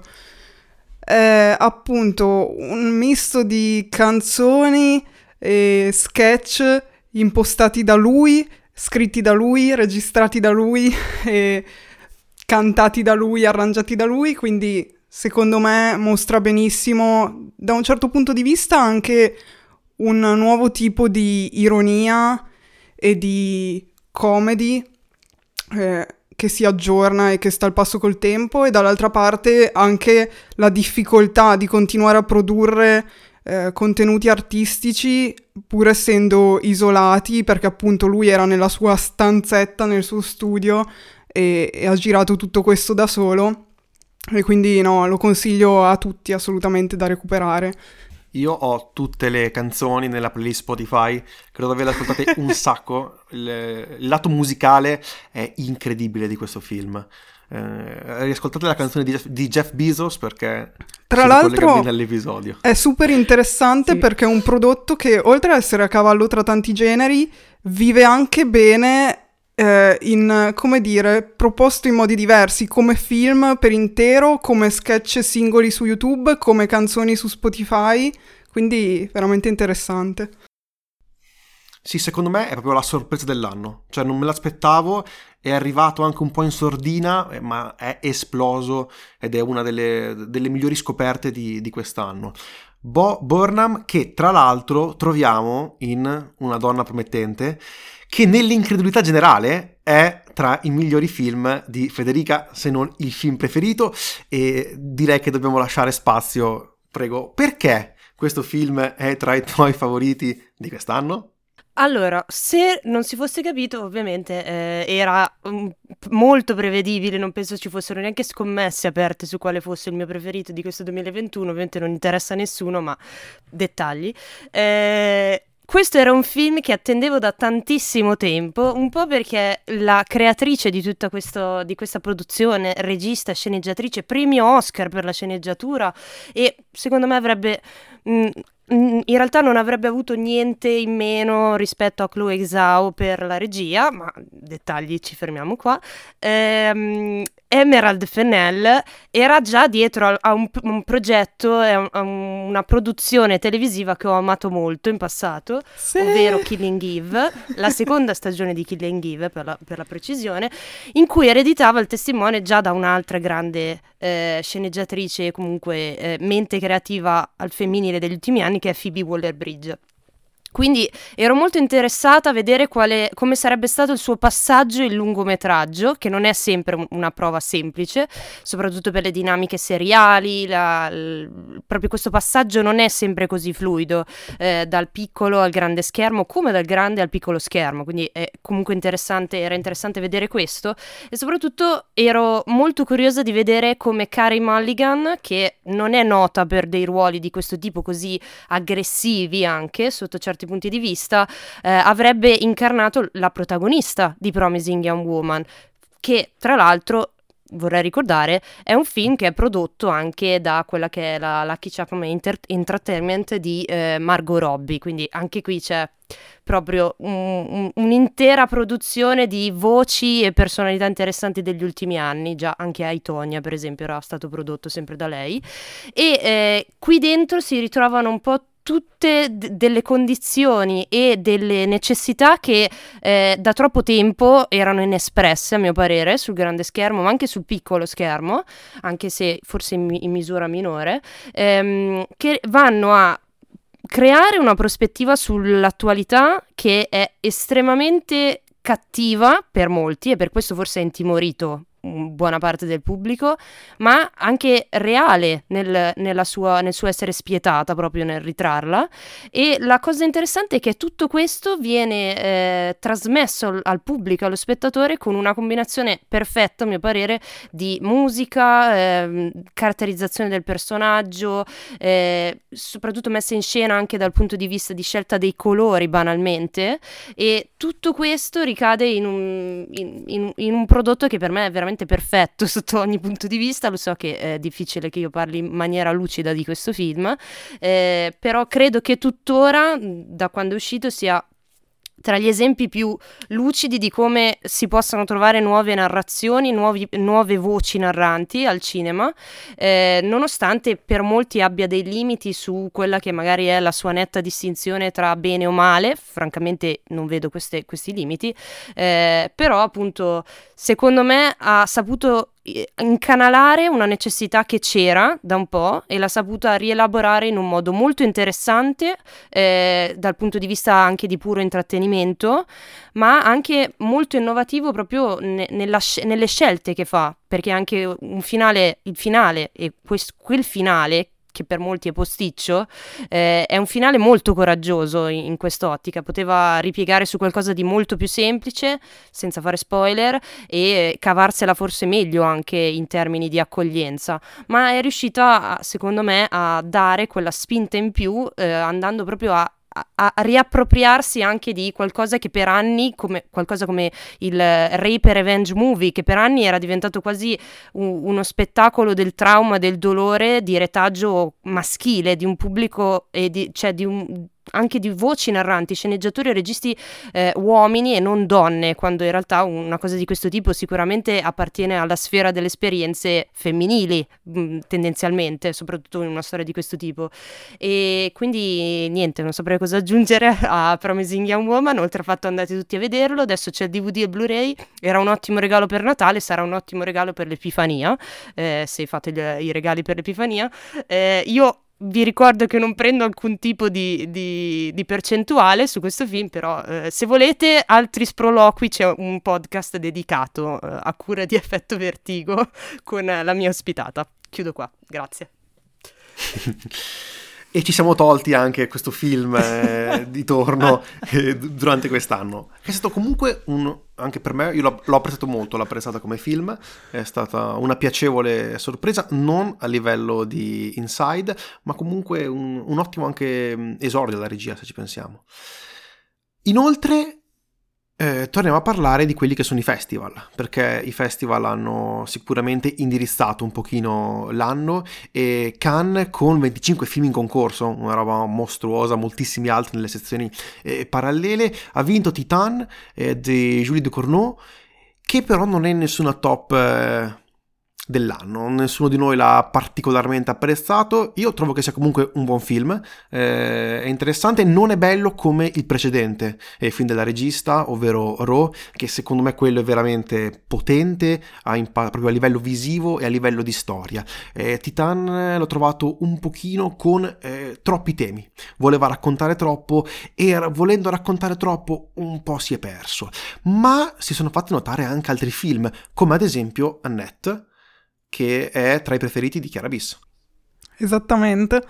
È appunto un misto di canzoni e sketch impostati da lui, scritti da lui, registrati da lui e cantati da lui, arrangiati da lui, quindi secondo me mostra benissimo, da un certo punto di vista, anche un nuovo tipo di ironia e di comedy eh, che si aggiorna e che sta al passo col tempo, e dall'altra parte anche la difficoltà di continuare a produrre eh, contenuti artistici pur essendo isolati, perché appunto lui era nella sua stanzetta, nel suo studio e, e ha girato tutto questo da solo, e quindi no, lo consiglio a tutti assolutamente da recuperare. Io ho tutte le canzoni nella playlist Spotify, credo di averle ascoltate un sacco. Il, il lato musicale è incredibile di questo film. Eh, riascoltate la canzone di Jeff, di Jeff Bezos, perché tra si ricollega l'altro bene all'episodio. È super interessante, Sì. Perché è un prodotto che, oltre ad essere a cavallo tra tanti generi, vive anche bene eh, in, come dire, proposto in modi diversi, come film per intero, come sketch singoli su YouTube, come canzoni su Spotify, quindi veramente interessante. Sì, secondo me è proprio la sorpresa dell'anno, cioè non me l'aspettavo, è arrivato anche un po' in sordina, eh, ma è esploso ed è una delle, delle migliori scoperte di, di quest'anno. Bo Burnham, che tra l'altro troviamo in Una donna promettente, che nell'incredulità generale è tra i migliori film di Federica, se non il film preferito, e direi che dobbiamo lasciare spazio, prego, perché questo film è tra i tuoi favoriti di quest'anno? Allora, se non si fosse capito, ovviamente eh, era um, molto prevedibile, non penso ci fossero neanche scommesse aperte su quale fosse il mio preferito di questo duemilaventuno, ovviamente non interessa a nessuno, ma dettagli. Eh, questo era un film che attendevo da tantissimo tempo, un po' perché la creatrice di tutta questo, di questa produzione, regista, sceneggiatrice, premio Oscar per la sceneggiatura, e secondo me avrebbe... Mh, in realtà non avrebbe avuto niente in meno rispetto a Chloe Zhao per la regia, ma dettagli, ci fermiamo qua. Ehm, Emerald Fennell era già dietro a, a un, un progetto, a, un, a una produzione televisiva che ho amato molto in passato, Sì. ovvero Killing Eve, la seconda stagione di Killing Eve per la, per la precisione, in cui ereditava il testimone già da un'altra grande eh, sceneggiatrice e comunque eh, mente creativa al femminile degli ultimi anni, che è Phoebe Waller-Bridge. Quindi ero molto interessata a vedere quale, come sarebbe stato il suo passaggio in lungometraggio, che non è sempre una prova semplice, soprattutto per le dinamiche seriali, la, l, proprio questo passaggio non è sempre così fluido, eh, dal piccolo al grande schermo, come dal grande al piccolo schermo, quindi è comunque interessante, era interessante vedere questo, e soprattutto ero molto curiosa di vedere come Carey Mulligan, che non è nota per dei ruoli di questo tipo così aggressivi anche, sotto certi punti di vista, eh, avrebbe incarnato la protagonista di Promising Young Woman, che tra l'altro, vorrei ricordare, è un film che è prodotto anche da quella che è la Lucky Chapman Inter- Entertainment di eh, Margot Robbie, quindi anche qui c'è proprio un, un, un'intera produzione di voci e personalità interessanti degli ultimi anni. Già anche Aitonia, per esempio, era stato prodotto sempre da lei, e eh, qui dentro si ritrovano un po' tutte d- delle condizioni e delle necessità che eh, da troppo tempo erano inespresse, a mio parere, sul grande schermo, ma anche sul piccolo schermo, anche se forse in, mi- in misura minore, ehm, che vanno a creare una prospettiva sull'attualità che è estremamente cattiva per molti, e per questo forse è intimorito buona parte del pubblico, ma anche reale nel, nella sua, nel suo essere spietata proprio nel ritrarla. E la cosa interessante è che tutto questo viene eh, trasmesso al, al pubblico, allo spettatore, con una combinazione perfetta, a mio parere, di musica, eh, caratterizzazione del personaggio, eh, soprattutto messa in scena anche dal punto di vista di scelta dei colori, banalmente, e tutto questo ricade in un, in, in, in un prodotto che per me è veramente perfetto sotto ogni punto di vista. Lo so che è difficile che io parli in maniera lucida di questo film, eh, però credo che tuttora, da quando è uscito, sia tra gli esempi più lucidi di come si possano trovare nuove narrazioni, nuovi, nuove voci narranti al cinema, eh, nonostante per molti abbia dei limiti su quella che magari è la sua netta distinzione tra bene o male. Francamente non vedo queste, questi limiti, eh, però appunto secondo me ha saputo incanalare una necessità che c'era da un po' e l'ha saputa rielaborare in un modo molto interessante, eh, dal punto di vista anche di puro intrattenimento, ma anche molto innovativo proprio ne- nella sc- nelle scelte che fa, perché anche un finale, il finale e quest- quel finale che per molti è posticcio, eh, è un finale molto coraggioso in, in quest'ottica. Poteva ripiegare su qualcosa di molto più semplice, senza fare spoiler, e cavarsela forse meglio anche in termini di accoglienza, ma è riuscita, secondo me, a dare quella spinta in più, eh, andando proprio a a, a riappropriarsi anche di qualcosa che per anni, come qualcosa come il Rape Revenge Movie, che per anni era diventato quasi un, uno spettacolo del trauma, del dolore, di retaggio maschile, di un pubblico e di, cioè di un anche di voci narranti, sceneggiatori e registi eh, uomini e non donne, quando in realtà una cosa di questo tipo sicuramente appartiene alla sfera delle esperienze femminili, mh, tendenzialmente, soprattutto in una storia di questo tipo. E quindi niente, non saprei cosa aggiungere a Promising Young Woman, oltre al fatto andate tutti a vederlo. Adesso c'è il D V D e il Blu-ray, era un ottimo regalo per Natale, sarà un ottimo regalo per l'Epifania, eh, se fate gli, i regali per l'Epifania. Eh, io vi ricordo che non prendo alcun tipo di, di, di percentuale su questo film, però eh, se volete altri sproloqui c'è un podcast dedicato eh, a cura di Effetto Vertigo con eh, la mia ospitata. Chiudo qua, grazie. E ci siamo tolti anche questo film eh, di torno eh, durante quest'anno. È stato comunque un, anche per me, io l'ho, l'ho apprezzato molto, l'ho apprezzato come film, è stata una piacevole sorpresa, non a livello di Inside, ma comunque un, un ottimo anche esordio alla regia, se ci pensiamo. Inoltre Eh, torniamo a parlare di quelli che sono i festival, perché i festival hanno sicuramente indirizzato un pochino l'anno, e Cannes con venticinque film in concorso, una roba mostruosa, moltissimi altri nelle sezioni eh, parallele, ha vinto Titan eh, di Julie Ducournau, che però non è in nessuna top eh, dell'anno, nessuno di noi l'ha particolarmente apprezzato. Io trovo che sia comunque un buon film, eh, è interessante, non è bello come il precedente, è il film della regista, ovvero Ro, che secondo me quello è veramente potente a impa- proprio a livello visivo e a livello di storia. eh, Titan l'ho trovato un pochino con eh, troppi temi, voleva raccontare troppo e volendo raccontare troppo un po' si è perso, ma si sono fatti notare anche altri film, come ad esempio Annette, che è tra i preferiti di Chiara Bis. Esattamente.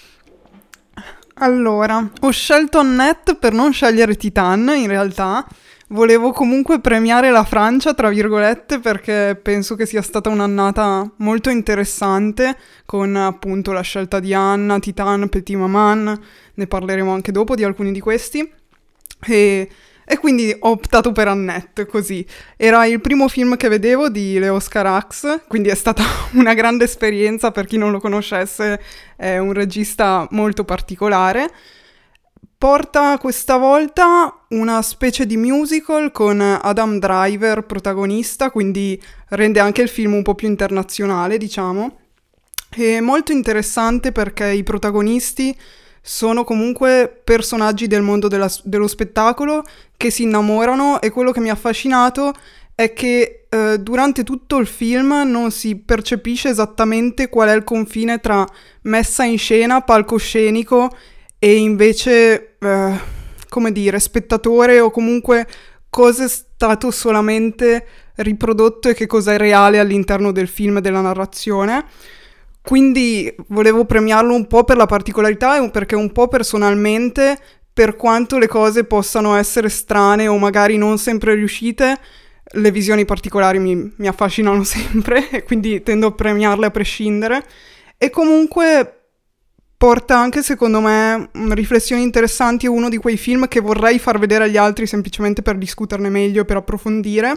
Allora, ho scelto Annette per non scegliere Titan, in realtà. Volevo comunque premiare la Francia, tra virgolette, perché penso che sia stata un'annata molto interessante, con appunto la scelta di Anna, Titan, Petit Maman, ne parleremo anche dopo di alcuni di questi. E... E quindi ho optato per Annette, così. Era il primo film che vedevo di Leos Carax, quindi è stata una grande esperienza per chi non lo conoscesse, è un regista molto particolare. Porta questa volta una specie di musical con Adam Driver protagonista, quindi rende anche il film un po' più internazionale, diciamo. È molto interessante perché i protagonisti sono comunque personaggi del mondo della- dello spettacolo che si innamorano, e quello che mi ha affascinato è che eh, durante tutto il film non si percepisce esattamente qual è il confine tra messa in scena, palcoscenico e invece, eh, come dire, spettatore, o comunque cosa è stato solamente riprodotto e che cosa è reale all'interno del film e della narrazione. Quindi volevo premiarlo un po' per la particolarità e perché un po' personalmente, per quanto le cose possano essere strane o magari non sempre riuscite, le visioni particolari mi, mi affascinano sempre e quindi tendo a premiarle a prescindere. E comunque porta anche, secondo me, mh, riflessioni interessanti. È uno di quei film che vorrei far vedere agli altri semplicemente per discuterne meglio e per approfondire,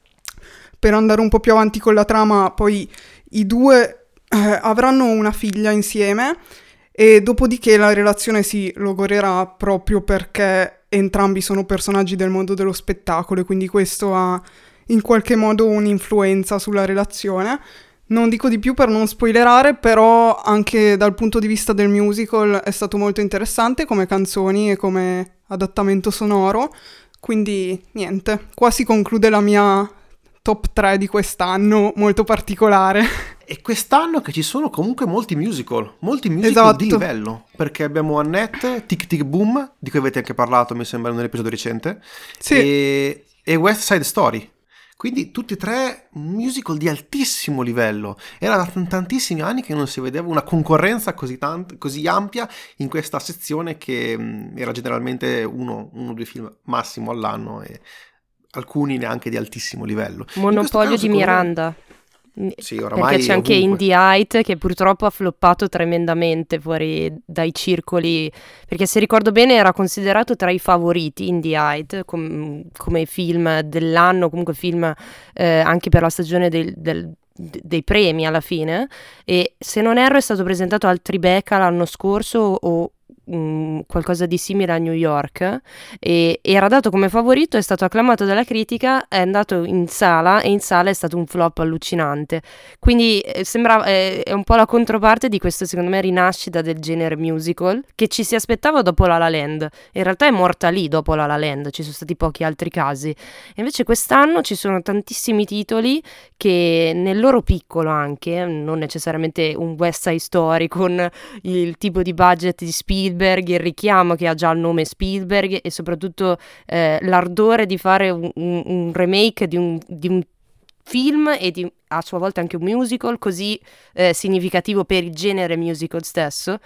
per andare un po' più avanti con la trama. Poi i due eh, avranno una figlia insieme, e dopodiché la relazione si logorerà proprio perché entrambi sono personaggi del mondo dello spettacolo, e quindi questo ha in qualche modo un'influenza sulla relazione. Non dico di più per non spoilerare, però anche dal punto di vista del musical è stato molto interessante come canzoni e come adattamento sonoro. Quindi niente, qua si conclude la mia top tre di quest'anno, molto particolare. E quest'anno che ci sono comunque molti musical, molti musical Esatto. di livello, perché abbiamo Annette, Tic Tic Boom, di cui avete anche parlato, mi sembra, nell'episodio recente, Sì. e, e West Side Story. Quindi tutti e tre musical di altissimo livello. Era da t- tantissimi anni che non si vedeva una concorrenza così, tant- così ampia in questa sezione, che mh, era generalmente uno o due film massimo all'anno, e alcuni neanche di altissimo livello. In questo Monopolio caso, di secondo me- Miranda. Sì, oramai Perché c'è anche ovunque. Indie Height, che purtroppo ha floppato tremendamente fuori dai circoli, perché se ricordo bene era considerato tra i favoriti Indie Height com- come film dell'anno, comunque film eh, anche per la stagione del- del- de- dei premi alla fine, e se non erro è stato presentato al Tribeca l'anno scorso o mm, qualcosa di simile a New York, e era dato come favorito, è stato acclamato dalla critica, è andato in sala e in sala è stato un flop allucinante. Quindi eh, sembra eh, è un po' la controparte di questa, secondo me, rinascita del genere musical che ci si aspettava dopo La La Land. In realtà è morta lì dopo La La Land, ci sono stati pochi altri casi. E invece quest'anno ci sono tantissimi titoli che nel loro piccolo anche, non necessariamente un West Side Story con il tipo di budget di Spielberg, il richiamo che ha già il nome Spielberg, e soprattutto eh, l'ardore di fare un, un- un remake di un, di un film e di, a sua volta anche un musical così eh, significativo per il genere musical stesso.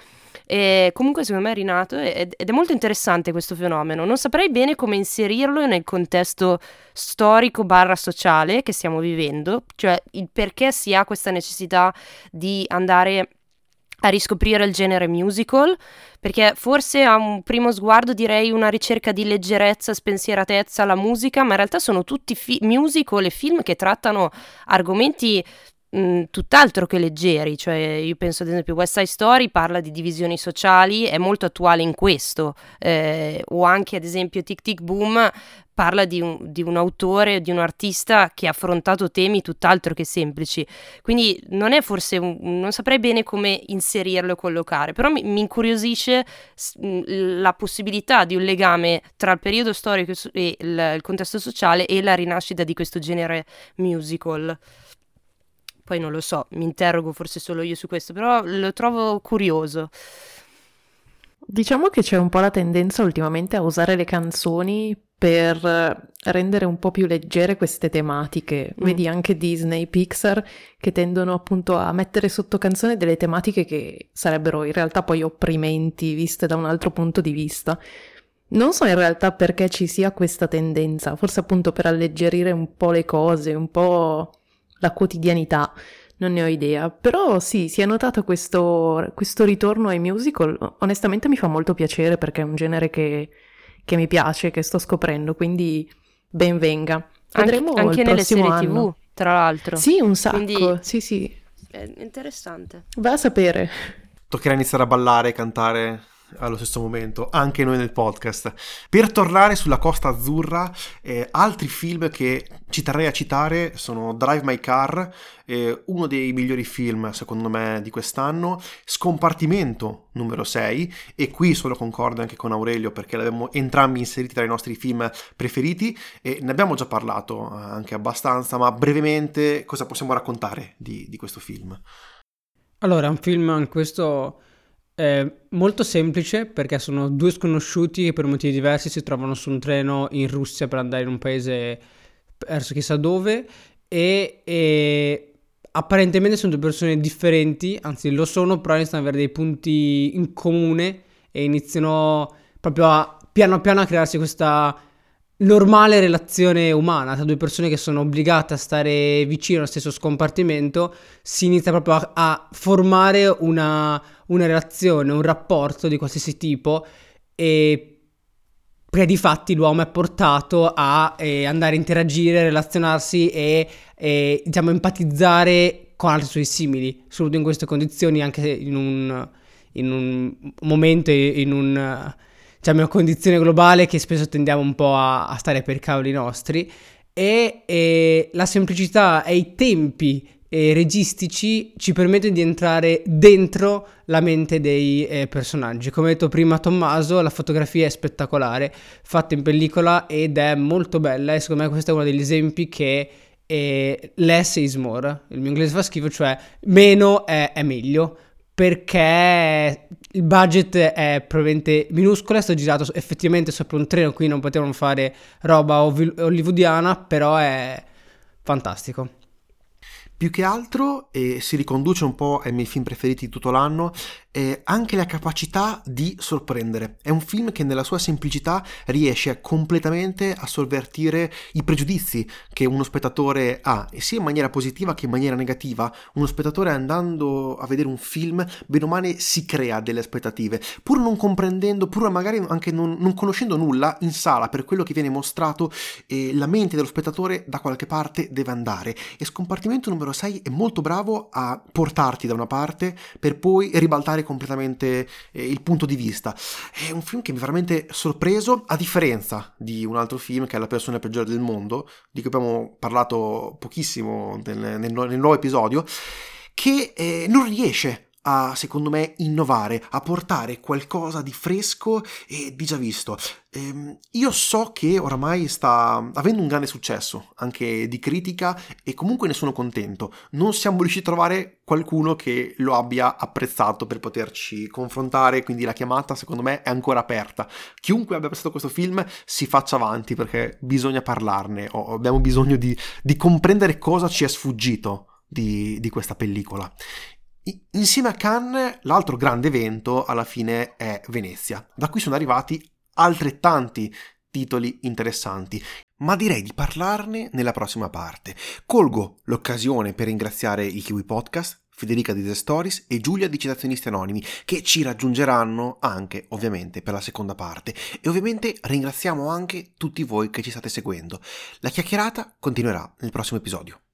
E comunque secondo me è rinato, ed ed è molto interessante questo fenomeno. Non saprei bene come inserirlo nel contesto storico barra sociale che stiamo vivendo, cioè il perché si ha questa necessità di andare a riscoprire il genere musical, perché forse a un primo sguardo direi una ricerca di leggerezza, spensieratezza alla musica, ma in realtà sono tutti fi- musical e film che trattano argomenti mh, tutt'altro che leggeri. Cioè io penso ad esempio West Side Story parla di divisioni sociali, è molto attuale in questo, eh, o anche ad esempio Tic Tic Boom parla di un, di un autore, di un artista che ha affrontato temi tutt'altro che semplici. Quindi non è forse un- non saprei bene come inserirlo e collocare, però mi, mi incuriosisce s- mh, la possibilità di un legame tra il periodo storico e so- e il, il contesto sociale e la rinascita di questo genere musical. Poi non lo so, mi interrogo forse solo io su questo, però lo trovo curioso. Diciamo che c'è un po' la tendenza ultimamente a usare le canzoni per eh, rendere un po' più leggere queste tematiche. Mm. Vedi anche Disney, Pixar, che tendono appunto a mettere sotto canzone delle tematiche che sarebbero in realtà poi opprimenti, viste da un altro punto di vista. Non so in realtà perché ci sia questa tendenza, forse appunto per alleggerire un po' le cose, un po' la quotidianità. Non ne ho idea, però sì, si è notato questo, questo ritorno ai musical. Onestamente mi fa molto piacere perché è un genere che, che mi piace, che sto scoprendo, quindi ben venga. Anche, Vedremo anche il nelle prossimo serie anno. tivù, tra l'altro. Sì, un sacco, Quindi sì sì, è interessante. va a sapere. Toccherà iniziare a ballare, cantare allo stesso momento, anche noi nel podcast. Per tornare sulla Costa Azzurra, eh, altri film che ci terrei a citare sono Drive My Car, eh, uno dei migliori film secondo me di quest'anno, Scompartimento numero sei, e qui sono concordo anche con Aurelio perché l'abbiamo entrambi inseriti tra i nostri film preferiti e ne abbiamo già parlato anche abbastanza, ma brevemente cosa possiamo raccontare di, di questo film? Allora, è un film in questo è molto semplice perché sono due sconosciuti che per motivi diversi si trovano su un treno in Russia per andare in un paese verso chissà dove e, e apparentemente sono due persone differenti, anzi lo sono, però iniziano ad avere dei punti in comune e iniziano proprio a piano piano a crearsi questa normale relazione umana tra due persone che sono obbligate a stare vicino allo stesso scompartimento. Si inizia proprio a, a formare una, una relazione, un rapporto di qualsiasi tipo, e perché di fatti l'uomo è portato a eh, andare a interagire, relazionarsi e, e diciamo empatizzare con altri suoi simili, soprattutto in queste condizioni, anche in un, in un momento, in un diciamo una condizione globale che spesso tendiamo un po' a, a stare per i cavoli nostri, e, e la semplicità e i tempi eh, registici ci permettono di entrare dentro la mente dei eh, personaggi. Come detto prima Tommaso, la fotografia è spettacolare, fatta in pellicola ed è molto bella, e secondo me questo è uno degli esempi che eh, less is more, il mio inglese fa schifo, cioè meno è, è meglio, perché il budget è probabilmente minuscolo, è stato girato effettivamente sopra un treno, qui non potevano fare roba hollywoodiana, però è fantastico. Più che altro, e si riconduce un po' ai miei film preferiti di tutto l'anno, è anche la capacità di sorprendere. È un film che nella sua semplicità riesce completamente a sovvertire i pregiudizi che uno spettatore ha, e sia in maniera positiva che in maniera negativa. Uno spettatore, andando a vedere un film, bene o male si crea delle aspettative, pur non comprendendo, pur magari anche non, non conoscendo nulla in sala, per quello che viene mostrato, eh, la mente dello spettatore da qualche parte deve andare, e Scompartimento numero sei è molto bravo a portarti da una parte per poi ribaltare completamente eh, il punto di vista. È un film che mi ha veramente sorpreso, a differenza di un altro film che è La persona peggiore del mondo, di cui abbiamo parlato pochissimo nel, nel, nel nuovo episodio, che eh, non riesce a, secondo me, innovare, a portare qualcosa di fresco e di già visto. Ehm, io so che oramai sta avendo un grande successo, anche di critica, e comunque ne sono contento. Non siamo riusciti a trovare qualcuno che lo abbia apprezzato per poterci confrontare, quindi la chiamata, secondo me, è ancora aperta. Chiunque abbia apprezzato questo film si faccia avanti, perché bisogna parlarne, o abbiamo bisogno di, di comprendere cosa ci è sfuggito di, di questa pellicola. Insieme a Cannes, l'altro grande evento alla fine è Venezia. Da qui sono arrivati altrettanti titoli interessanti, ma direi di parlarne nella prossima parte. Colgo l'occasione per ringraziare il Kiwi Podcast, Federica di The Stories e Giulia di Citazionisti Anonimi, che ci raggiungeranno anche ovviamente per la seconda parte, e ovviamente ringraziamo anche tutti voi che ci state seguendo. La chiacchierata continuerà nel prossimo episodio.